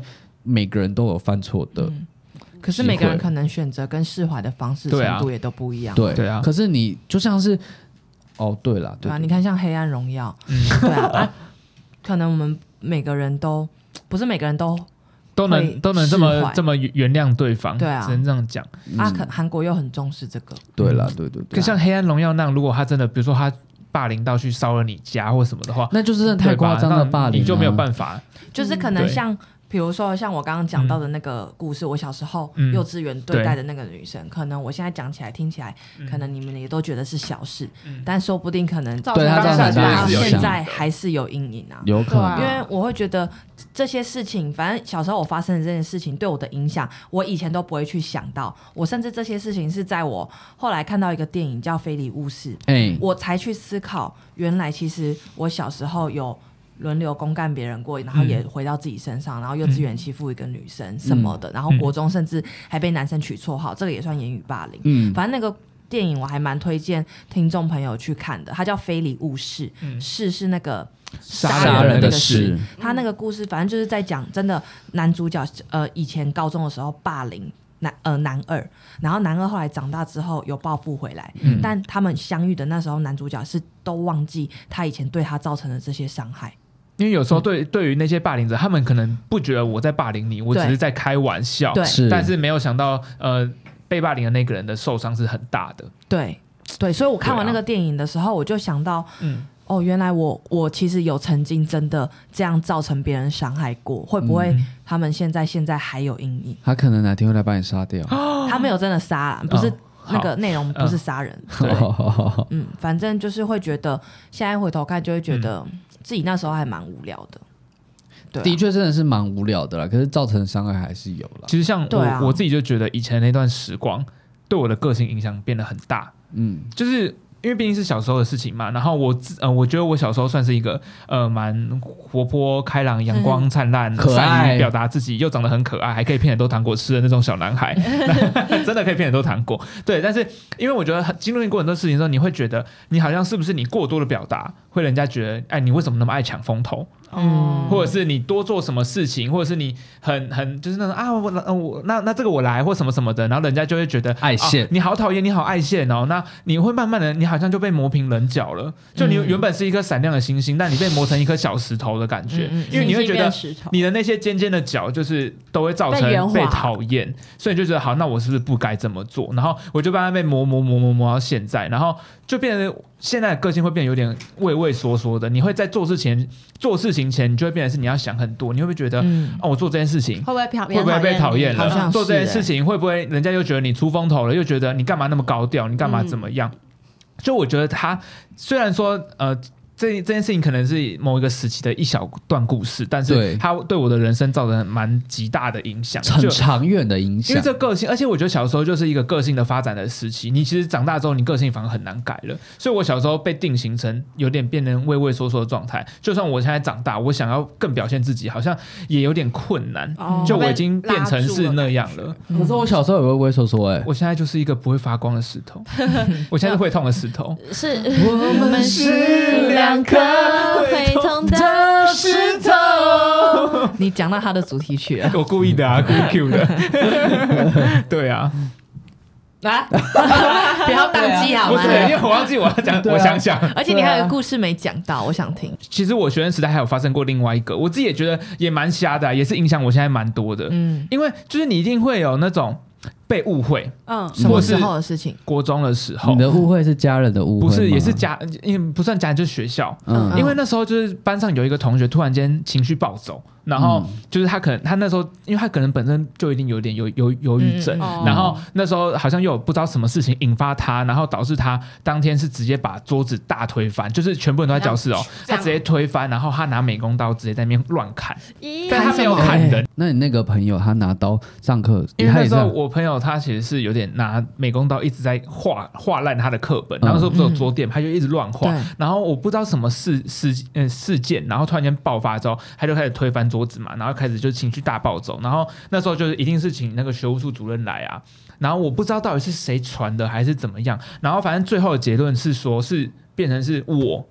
每个人都有犯错的、嗯， 可是每个人可能选择跟释怀的方式程度也都不一样。 对、啊、对啊，可是你就像是哦，对了， 对啊，你看像《黑暗荣耀》，嗯，对啊，啊，可能我们每个人都不是每个人都。 都能都能这么这么原谅对方， 对啊， 只能这样讲。 啊，可韩国又很重视这个。 对了，对对对。 就像《黑暗荣耀》那样，如果他真的，比如说他霸凌到去烧了你家或什么的话， 那就是真的太夸张的霸凌、啊， 你就没有办法。 就是可能像。比如说像我刚刚讲到的那个故事、嗯、我小时候幼稚园对待的那个女生、嗯、可能我现在讲起来听起来、嗯、可能你们也都觉得是小事、嗯、但说不定可能对她造成到现在还是有阴影啊， 有可能， 因为我会觉得这些事情反正小时候我发生的这件事情对我的影响我以前都不会去想到，我甚至这些事情是在我后来看到一个电影叫《非礼勿视》、欸、我才去思考原来其实我小时候有轮流公干别人过，然后也回到自己身上、嗯、然后幼稚园欺负一个女生什么的、嗯、然后国中甚至还被男生取绰号、嗯、这个也算言语霸凌、嗯、反正那个电影我还蛮推荐听众朋友去看的，它叫非礼勿视、嗯、视是那个杀人的那个视，他那个故事反正就是在讲真的男主角呃以前高中的时候霸凌男呃男二，然后男二后来长大之后有报复回来、嗯、但他们相遇的那时候男主角是都忘记他以前对他造成的这些伤害， 因为有时候对、嗯、对于那些霸凌者，他们可能不觉得我在霸凌你，我只是在开玩笑， 对， 但是没有想到呃被霸凌的那个人的受伤是很大的。 对对，所以我看完那个电影的时候、啊、我就想到嗯哦，原来我我其实有曾经真的这样造成别人伤害过，会不会他们现在现在还有阴影？ 他可能哪天会来把你杀掉。 他没有真的杀，不是、哦、那个内容不是杀人。 对， 嗯，反正就是会觉得现在回头看就会觉得自己那时候还蛮无聊的。对啊、 的确真的是蛮无聊的啦，可是造成的伤害还是有啦。 其实像我、啊、我自己就觉得以前那段时光对我的个性影响变得很大。嗯，就是因为毕竟是小时候的事情嘛，然后我呃，我觉得我小时候算是一个呃蛮活泼、开朗、阳光灿烂、嗯、善于表达自己，又长得很可爱，还可以骗很多糖果吃的那种小男孩，真的可以骗很多糖果。对，但是因为我觉得经历过很多事情之后，你会觉得你好像是不是你过多的表达，会人家觉得哎，你为什么那么爱抢风头？嗯，或者是你多做什么事情，或者是你很很就是那种啊，我我那那这个我来或什么什么的，然后人家就会觉得爱现、哦， 你好讨厌，你好爱现哦，那你会慢慢的，你好像就被磨平棱角了，就你原本是一颗闪亮的星星，嗯、但你被磨成一颗小石头的感觉，嗯嗯、因为你会觉得你的那些尖尖的角就是都会造成被讨厌，所以你就觉得好，那我是不是不该这么做？然后我就慢慢被磨磨磨磨磨到现在，然后就变成现在的个性会变得有点畏畏缩缩的，你会在做事前做事情前，你就会变成是你要想很多，你会不会觉得，嗯、哦，我做这件事情会不会会不会被讨厌了？ 欸、 做这件事情会不会人家又觉得你出风头了，又觉得你干嘛那么高调，你干嘛怎么样？嗯、就我觉得他虽然说呃。这, 这件事情可能是某一个时期的一小段故事，但是它对我的人生造成蛮极大的影响， 很长远的影响。 因为这个性，而且我觉得小时候就是一个个性的发展的时期，你其实长大之后，你个性反而很难改了。所以我小时候被定型成有点变成畏畏缩缩的状态。就算我现在长大，我想要更表现自己，好像也有点困难。哦、就我已经变成是那样了。 可是我小时候也畏畏缩缩哎， 我现在就是一个不会发光的石头，我现在是会痛的石头。 是我们是两。两颗会痛的石头。 你讲到他的主题曲了， 我故意的啊，故意 Q 的。对啊， 啊，不要宕机好吗？ 不是，因为我忘记我要讲，我想想。 而且你还有个故事没讲到，我想听。 其实我学生时代还有发生过另外一个，我自己也觉得也蛮瞎的、啊，也是影响我现在蛮多的。嗯，因为就是你一定会有那种。被误会， 嗯，什么时候的事情？ 国中的时候， 你的误会是家人的误会吗？ 不是，也是家，因为不算家人，就是学校。嗯，因为那时候就是班上有一个同学突然间情绪暴走，然后就是他可能他那时候，因为他可能本身就一定有点有有忧郁症，嗯、然后那时候好像又有不知道什么事情引发他，然后导致他当天是直接把桌子大推翻，就是全部人都在教室哦，他直接推翻，然后他拿美工刀直接在那边乱砍，但他没有砍人。 那你那个朋友他拿刀上课， 因为那时候我朋友他其实是有点拿美工刀一直在画画烂他的课本，然后那时候不是有桌垫，他就一直乱画，然后我不知道什么事事呃事件，然后突然间爆发之后，他就开始推翻桌子嘛，然后开始就情绪大暴走，然后那时候就是一定是请那个学务处主任来啊，然后我不知道到底是谁传的还是怎么样，然后反正最后的结论是说是变成是我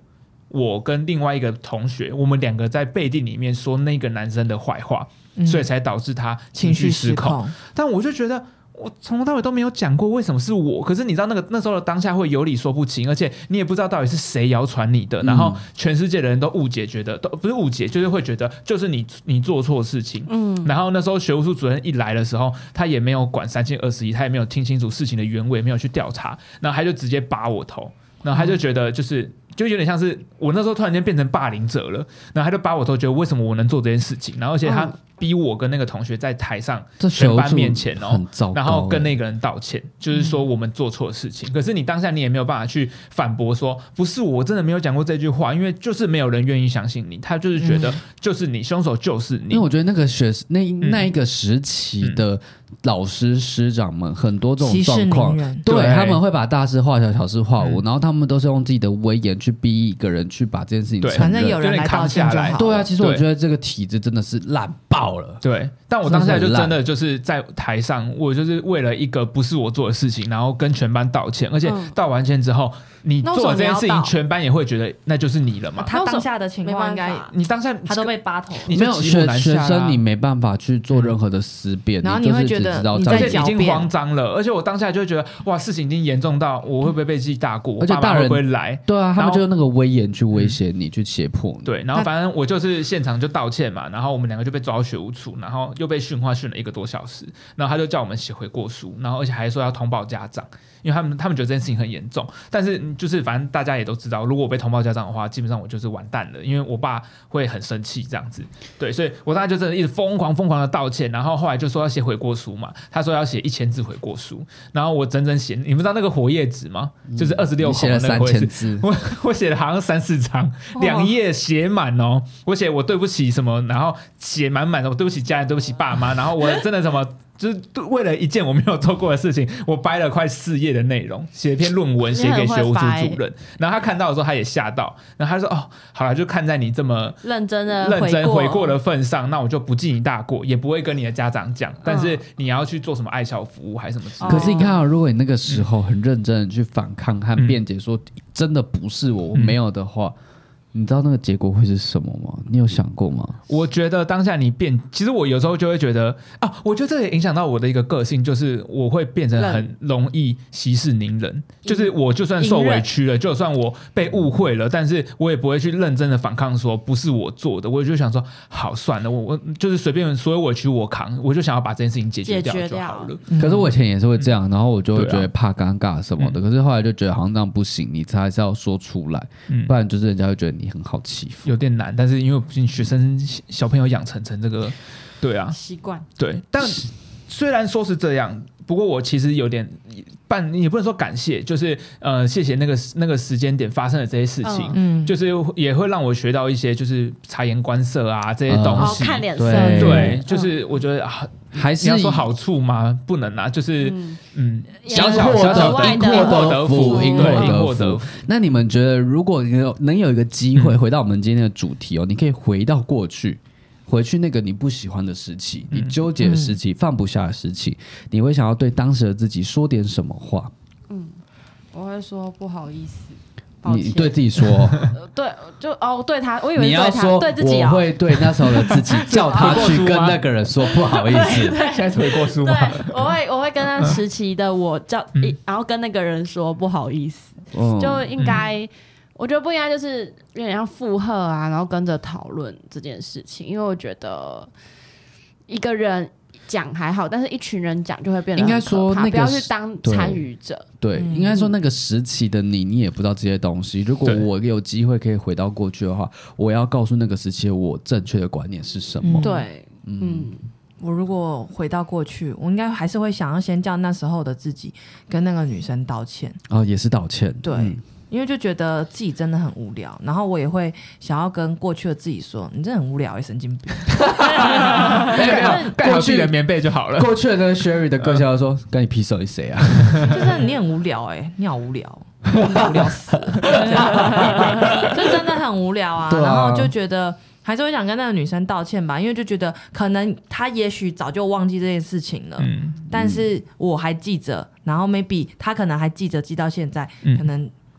我跟另外一个同学，我们两个在背地里面说那个男生的坏话、嗯、所以才导致他情绪失控。但我就觉得我从头到尾都没有讲过为什么是我，可是你知道那个那时候的当下会有理说不清，而且你也不知道到底是谁谣传你的、嗯、然后全世界的人都误解，觉得都不是误解，就是会觉得就是你你做错事情、嗯、然后那时候学务处主任一来的时候，他也没有管三七二十一，他也没有听清楚事情的原委，没有去调查，然后他就直接拔我头，然后他就觉得就是就有点像是我那时候突然间变成霸凌者了，然后他就拔我头，觉得为什么我能做这件事情，然后而且他逼我跟那个同学在台上全班面前哦，然后跟那个人道歉，就是说我们做错事情、嗯、可是你当下你也没有办法去反驳说不是我真的没有讲过这句话，因为就是没有人愿意相信你，他就是觉得就是你、嗯、凶手就是你。 因为我觉得那个学那那一个时期的老师师长们很多这种状况，对，他们会把大事化小小事化无、嗯、然后他们都是用自己的威严去逼一个人去把这件事情承认， 反正有人来道歉就好。 对啊，其实我觉得这个体制真的是烂爆了。 对，但我当下就真的就是在台上，我就是为了一个不是我做的事情，然后跟全班道歉，而且道完歉之后、嗯、你做了这件事情，全班也会觉得那就是你了嘛。 他当下的情况应该， 你当下他都被扒头， 你没有学学生，你没办法去做任何的思辨、嗯， 然后你会觉得你在已经慌张了，而且我当下就会觉得哇，事情已经严重到我会不会被记大过， 而且大人会不会来？ 对啊，他们就用那个威严去威胁你，嗯、去胁迫你。 对，然后反正我就是现场就道歉嘛，然后我们两个就被抓到学务处，然后又被训话训了一个多小时，然后他就叫我们写悔过书，然后而且还说要通报家长，因为他们他们觉得这件事情很严重，但是就是反正大家也都知道，如果我被通报家长的话，基本上我就是完蛋了，因为我爸会很生气这样子。对，所以我当时就真的一直疯狂疯狂的道歉，然后后来就说要写悔过书嘛，他说要写一千字悔过书，然后我整整写，你们知道那个活页纸吗？嗯、就是二十六口的那个活页纸，我我写了好像三四张，两页写满哦，我写我对不起什么，然后写满满的，我对不起家人，对不起爸妈，然后我真的什么。就是为了一件我没有做过的事情，我掰了快四页的内容，写一篇论文写给学务处主任，然后他看到的时候他也吓到，然后他就说哦，好了，就看在你这么认真的认真悔过的份上，那我就不记你大过，也不会跟你的家长讲，但是你要去做什么爱校服务还是什么之类的。 可是你看、哦，如果你那个时候很认真的去反抗和辩解说、嗯、真的不是我，我没有的话。嗯，你知道那个结果会是什么吗？你有想过吗？ 我觉得当下你变，其实我有时候就会觉得啊，我觉得这也影响到我的一个个性，就是我会变成很容易息事宁人，就是我就算受委屈了，就算我被误会了，但是我也不会去认真的反抗说不是我做的，我就想说好算了，我我就是随便所有委屈我扛，我就想要把这件事情解决掉就好了。 嗯、可是我以前也是会这样，然后我就会觉得怕尴尬什么的、嗯，可是后来就觉得好像这样不行，你还是要说出来，嗯、不然就是人家会觉得你很好欺负， 有点难。但是因为学生小朋友养成成这个，对啊， 习惯， 对。但虽然说是这样，不过我其实有点半，也不能说感谢，就是呃，谢谢那个那个时间点发生的这些事情，嗯，就是也会让我学到一些，就是察言观色啊这些东西， 哦、看脸色， 对，对，就是我觉得啊。还是你要说好处吗？不能啊，就是嗯，小小小小的因祸得福，因祸得福。 那你们觉得，如果能有一个机会回到我们今天的主题哦，你可以回到过去，回去那个你不喜欢的时期，你纠结的时期，放不下的时期，你会想要对当时的自己说点什么话？ 嗯，我会说不好意思。 你对自己说， 对，就哦，对他，我以为你要说对自己、哦， 我会对那时候的自己叫他去跟那个人说不好意思。 现在是悔过书吗？ 对，我会我会跟那时期的我叫，嗯、然后跟那个人说不好意思，嗯、就应该、嗯，我觉得不应该就是有点像附和啊，然后跟着讨论这件事情，因为我觉得一个人讲还好，但是一群人讲就会变得很可怕，应该说那个不要去当参与者。 对，对嗯、应该说那个时期的你，你也不知道这些东西。如果我有机会可以回到过去的话，我要告诉那个时期的我正确的观念是什么。 嗯、对，嗯。嗯我如果回到过去，我应该还是会想要先叫那时候的自己跟那个女生道歉。 哦，也是道歉。 对。嗯因为就觉得自己真的很无聊，然后我也会想要跟过去的自己说：“你真的很无聊、欸，神经病。” 没有没有，盖好自己的棉被就好了。 过去的那个 Sherry 的个性说：“跟你屁事，你谁啊？” 就是你很无聊哎、欸，你好无聊，你无聊死了，就真的很无聊啊。啊然后就觉得还是会想跟那个女生道歉吧，因为就觉得可能她也许早就忘记这件事情了，嗯、但是我还记着，然后 maybe 她可能还记着，记到现在，嗯、可能。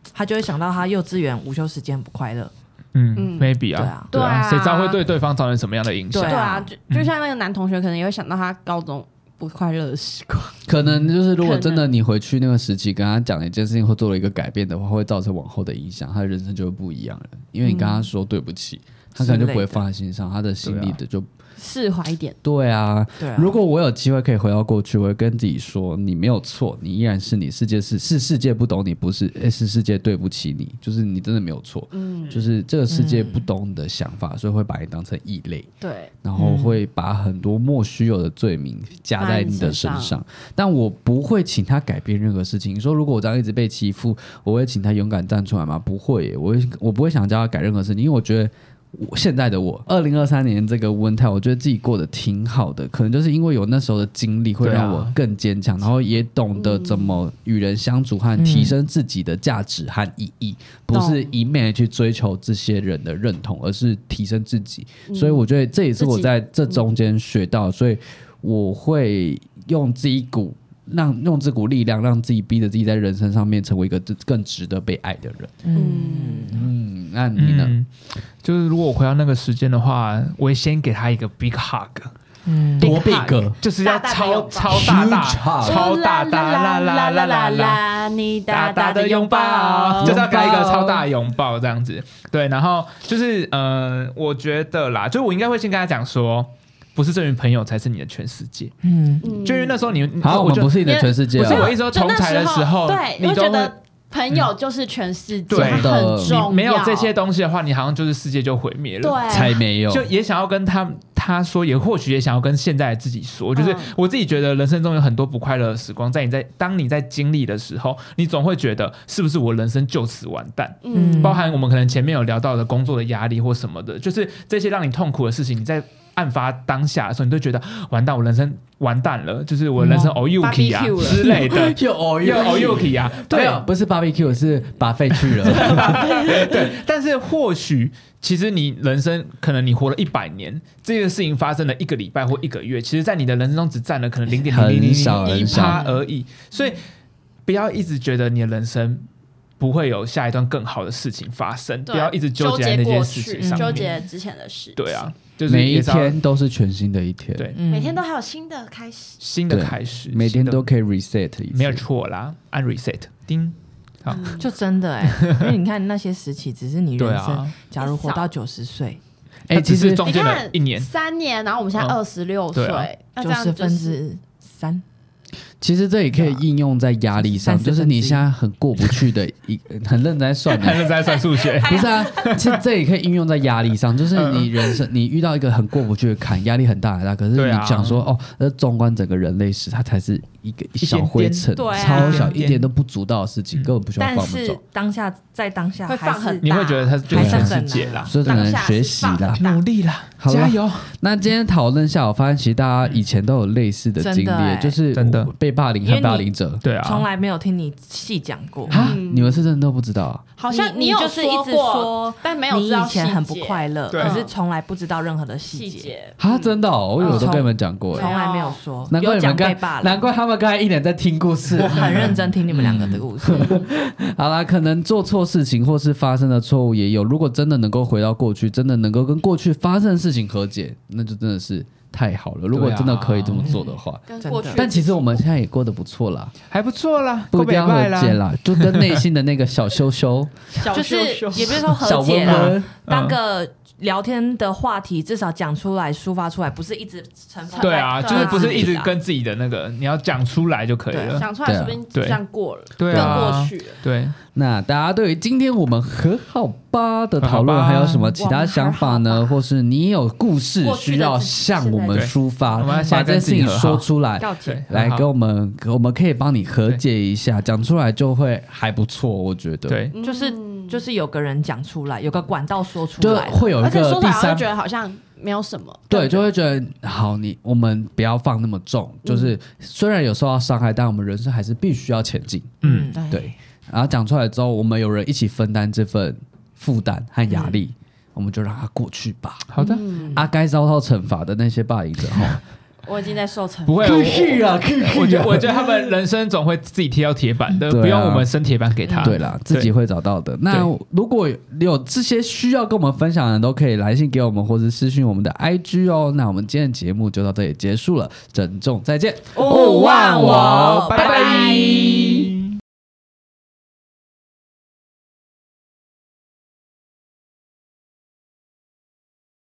他就会想到他幼稚园午休时间不快乐。 嗯 ，maybe 啊，对啊，谁知道会对对方造成什么样的影响？ 对啊，就就像那个男同学，可能也会想到他高中不快乐的时光。 可能就是如果真的你回去那个时期跟他讲了一件事情或做了一个改变的话，会造成往后的影响，他的人生就会不一样了。因为你跟他说对不起，嗯、他可能就不会放在心上，他的心里的就。 释怀一点。 对啊， 对啊， 如果我有机会可以回到过去，我会跟自己说，你没有错，你依然是你，世界是是世界不懂你，不是是世界对不起你，就是你真的没有错，嗯，就是这个世界不懂你的想法，嗯、所以会把你当成异类， 对， 然后会把很多莫须有的罪名加在你的身上，但我不会请他改变任何事情。你说如果我这样一直被欺负，我会请他勇敢站出来吗？不会耶，我会我不会想叫他改任何事情，因为我觉得。我现在的我，二零二三年这个温态，我觉得自己过得挺好的，可能就是因为有那时候的经历，会让我更坚强，啊、然后也懂得怎么与人相处和提升自己的价值和意义，嗯、不是一昧去追求这些人的认同，而是提升自己。嗯、所以我觉得这也是我在这中间学到，所以我会用这一股。让用这股力量，让自己逼着自己在人生上面成为一个更值得被爱的人。嗯嗯，那你呢？ 嗯、就是如果我回到那个时间的话，我会先给他一个 big hug。 嗯，多 big， 就是要超超大大、超大大啦啦啦啦啦，你大大的拥抱，就是要给一个超大的拥抱这样子。对，然后就是呃，我觉得啦，就我应该会先跟他讲说。不是这群朋友才是你的全世界，嗯，就因为那时候你， 好，我们不是你的全世界， 不是我意思说同台的时候， 对，你觉得朋友就是全世界， 对很重要。 没有这些东西的话，你好像就是世界就毁灭了， 对， 才没有。 就也想要跟他他说，也或许也想要跟现在的自己说，就是我自己觉得人生中有很多不快乐的时光，在你在当你在经历的时候，你总会觉得是不是我人生就此完蛋？嗯，包含我们可能前面有聊到的工作的压力或什么的，就是这些让你痛苦的事情，你在。案发当下的时候，你都觉得完蛋，我人生完蛋了，就是我人生 O U K 啊之类的， 又 O U K 啊， 对，不是 barbecue 是把废去了， 对。但是或许其实你人生可能你活了一百年，这个事情发生了一个礼拜或一个月，其实在你的人生中只占了可能零点零零零零一趴而已，所以不要一直觉得你的人生。不会有下一段更好的事情发生，不要一直纠结在那件事情上面， 纠结之前的事情。 对啊，就是每一天都是全新的一天， 对， 嗯、每天都还有新的开始， 新的开始， 每天都可以 reset 一次， 没有错啦，按 reset， 叮，好， 嗯、就真的哎、欸，因为你看那些时期，只是你人生，啊、假如活到九十岁， 哎、欸，其实中间的一年、 三年，然后我们现在二十六岁， 九十分之三。 其实这也可以应用在压力上，就是你现在很过不去的一，很认真在算， 很认真在算数学， 不是啊？其实这也可以应用在压力上，就是你人生你遇到一个很过不去的坎，压力很大很大，可是你讲说、啊、哦，那纵观整个人类史，它才是一个一小灰尘，超小，一点都不足道的事情，根本不需要放不走。 但是当下在当下会放很大， 你会觉得它就是全世界啦， 所以只能学习啦， 努力啦，加油。 那今天讨论下，我发现其实大家以前都有类似的经历，欸、就是真的被霸凌和霸凌者， 对啊， 从来没有听你细讲过啊、嗯！你们是真的都不知道、啊？ 好像你有就是一直说， 但没有知道你以前很不快乐， 可是从来不知道任何的细节啊！真的、哦，我以为我都跟你们讲过， 从来没有说。 难怪你们刚，难怪他们刚才一脸在听故事， 我很认真听你们两个的故事。 好啦，可能做错事情或是发生的错误也有。如果真的能够回到过去，真的能够跟过去发生的事情和解，那就真的是。太好了！如果真的可以这么做的话， 啊嗯、 但其实我们现在也过得不错啦， 还不错啦， 不一定要和解啦，就跟内心的那个小羞羞， 就是也不是说和解啦，当个聊天的话题至少讲出来、抒发出来，不是一直沉浮。 对啊，就是不是一直跟自己的那个，你要讲出来就可以了， 讲出来说不定就这样过了， 对更过去了。 对， 那大家对于今天我们和好吧的讨论还有什么其他想法呢？或是你有故事需要向我们抒发，把这件事情说出来，来跟我们，我们可以帮你和解一下，讲出来就会还不错，我觉得。 对， 就是就是有个人讲出来，有个管道说出来， 就会有一个第三， 觉得好像没有什么， 对，就会觉得好，你我们不要放那么重，就是虽然有受到伤害，但我们人生还是必须要前进。嗯，对。然后讲出来之后，我们有人一起分担这份负担和压力，嗯、我们就让它过去吧。 好的， 啊，该遭到惩罚的那些霸凌者哈， 我已经在受惩罚。 不会， 可以啊，可以啊。 我觉得我觉得他们人生总会自己贴到铁板的，啊、不用我们生铁板给他。 对啦，自己会找到的。那如果有这些需要跟我们分享的人，都可以来信给我们，或者私讯我们的 I G 哦。那我们今天的节目就到这里结束了，珍重再见， 勿忘我，拜拜。